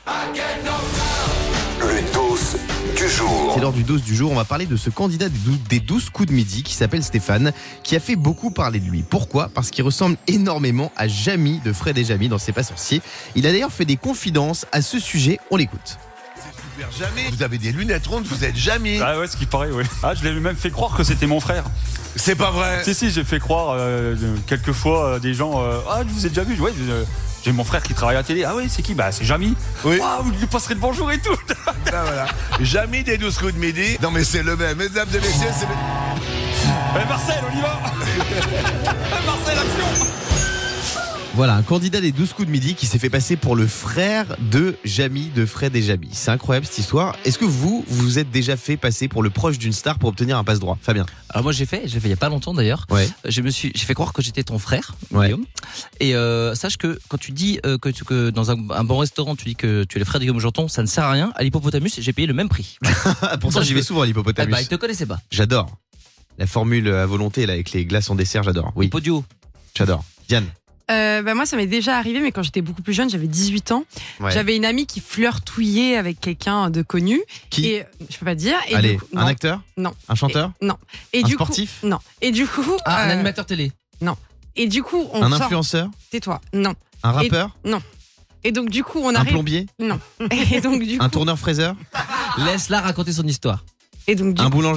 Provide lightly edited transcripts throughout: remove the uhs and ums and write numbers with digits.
Le dos du jour. C'est l'heure du dos du jour. On va parler de ce candidat des 12 coups de midi qui s'appelle Stéphane, qui a fait beaucoup parler de lui. Pourquoi ? Parce qu'il ressemble énormément à Jamy de Fred et Jamy dans C'est pas sorcier. Il a d'ailleurs fait des confidences à ce sujet. On l'écoute. Super Jamy. Vous avez des lunettes rondes, vous êtes Jamy. Ah ouais, ce qui paraît, oui. Ah, je l'ai même fait croire que c'était mon frère. C'est pas vrai. Si, j'ai fait croire quelquefois des gens. Ah, vous êtes déjà vu ? Ouais, j'ai mon frère qui travaille à la télé. Ah oui, c'est qui ? Bah, c'est Jamy. Oui. Ah, vous lui passerez le bonjour et tout. Ben voilà. Jamy des 12 coups de midi. Non mais c'est le même. Mesdames et messieurs, c'est le... Marcel, on y va. Marcel, action. Voilà, un candidat des 12 coups de midi qui s'est fait passer pour le frère de Jamy de Fred et Jamy. C'est incroyable cette histoire. Est-ce que vous êtes déjà fait passer pour le proche d'une star pour obtenir un passe-droit ? Fabien ? Alors moi j'ai fait il y a pas longtemps d'ailleurs. Ouais. J'ai fait croire que j'étais ton frère, Ouais. Guillaume. Et sache que quand tu dis que dans un bon restaurant tu dis que tu es le frère de Guillaume Janton, ça ne sert à rien. À l'Hippopotamus, j'ai payé le même prix. Pourtant j'y vais souvent à l'Hippopotamus. Il te connaissait pas. J'adore. La formule à volonté là avec les glaces en dessert, j'adore. Oui, Podio. j'adore. Diane ? Moi, ça m'est déjà arrivé, mais quand j'étais beaucoup plus jeune, j'avais 18 ans. Ouais. J'avais une amie qui flirtouillait avec quelqu'un de connu. Qui ? Et je peux pas dire. Et Allez, du coup, un non, acteur ? Non. Un chanteur ? Non. Et Un du sportif ? coup, non. Et du coup, Un animateur télé. et du coup, on Un sort. influenceur ? Tais-toi. Non. Un rappeur ? Et donc du coup, on Un arrive. plombier ? Non. Et donc du coup. Un tourneur fraiseur ? Laisse-la raconter son histoire. Et donc du Un coup. boulanger ?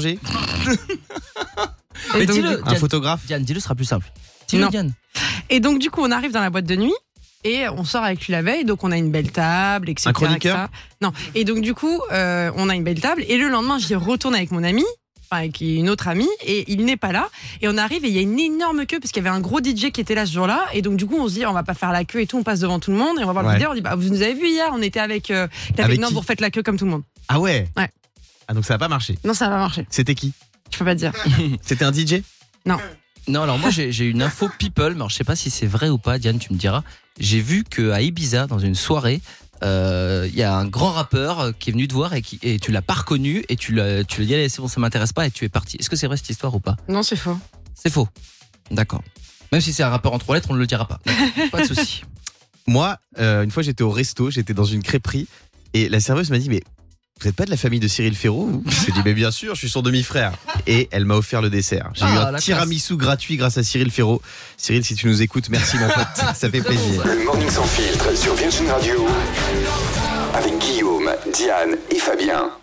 Mais donc, dis-le. du- Un Diane, photographe ? Diane, dis-le, ce sera plus simple. Dis-le, Non. Diane. Et donc du coup, on arrive dans la boîte de nuit. Et on sort avec lui la veille, donc on a une belle table, etc. Un chroniqueur ? etc. Non. Et donc du coup, on a une belle table. Et le lendemain, j'y retourne avec mon ami, enfin avec une autre amie, et il n'est pas là. Et on arrive et il y a une énorme queue parce qu'il y avait un gros DJ qui était là ce jour-là. Et donc du coup, on se dit, on va pas faire la queue et tout, on passe devant tout le monde et on va voir Ouais. le vidéo. On dit, bah vous nous avez vu hier, on était avec. Il a Avec fait, non, qui vous refaites la queue comme tout le monde. Ah ouais ? Ouais. Ah donc ça n'a pas marché. Non, ça va marcher. C'était qui ? Je peux pas te dire. C'était un DJ ? Non, alors moi j'ai une info people, mais alors, je sais pas si c'est vrai ou pas, Diane, tu me diras. J'ai vu qu'à Ibiza, dans une soirée, il y a un grand rappeur qui est venu te voir et tu l'as pas reconnu et tu lui as dit allez, c'est bon, ça m'intéresse pas et tu es parti. Est-ce que c'est vrai cette histoire ou pas ? Non, c'est faux. C'est faux. D'accord. Même si c'est un rappeur en 3 lettres, on ne le dira pas. D'accord. Pas de souci. Moi, une fois j'étais au resto, j'étais dans une crêperie et la serveuse m'a dit mais vous n'êtes pas de la famille de Cyril Ferraud vous ? J'ai dit mais bien sûr, je suis son demi-frère. Et elle m'a offert le dessert. J'ai eu un la tiramisu gratuit grâce à Cyril Ferraud. Cyril, si tu nous écoutes, merci mon pote, ça fait plaisir. Le Morning Sans Filtre sur Virgin Radio avec Guillaume, Diane et Fabien.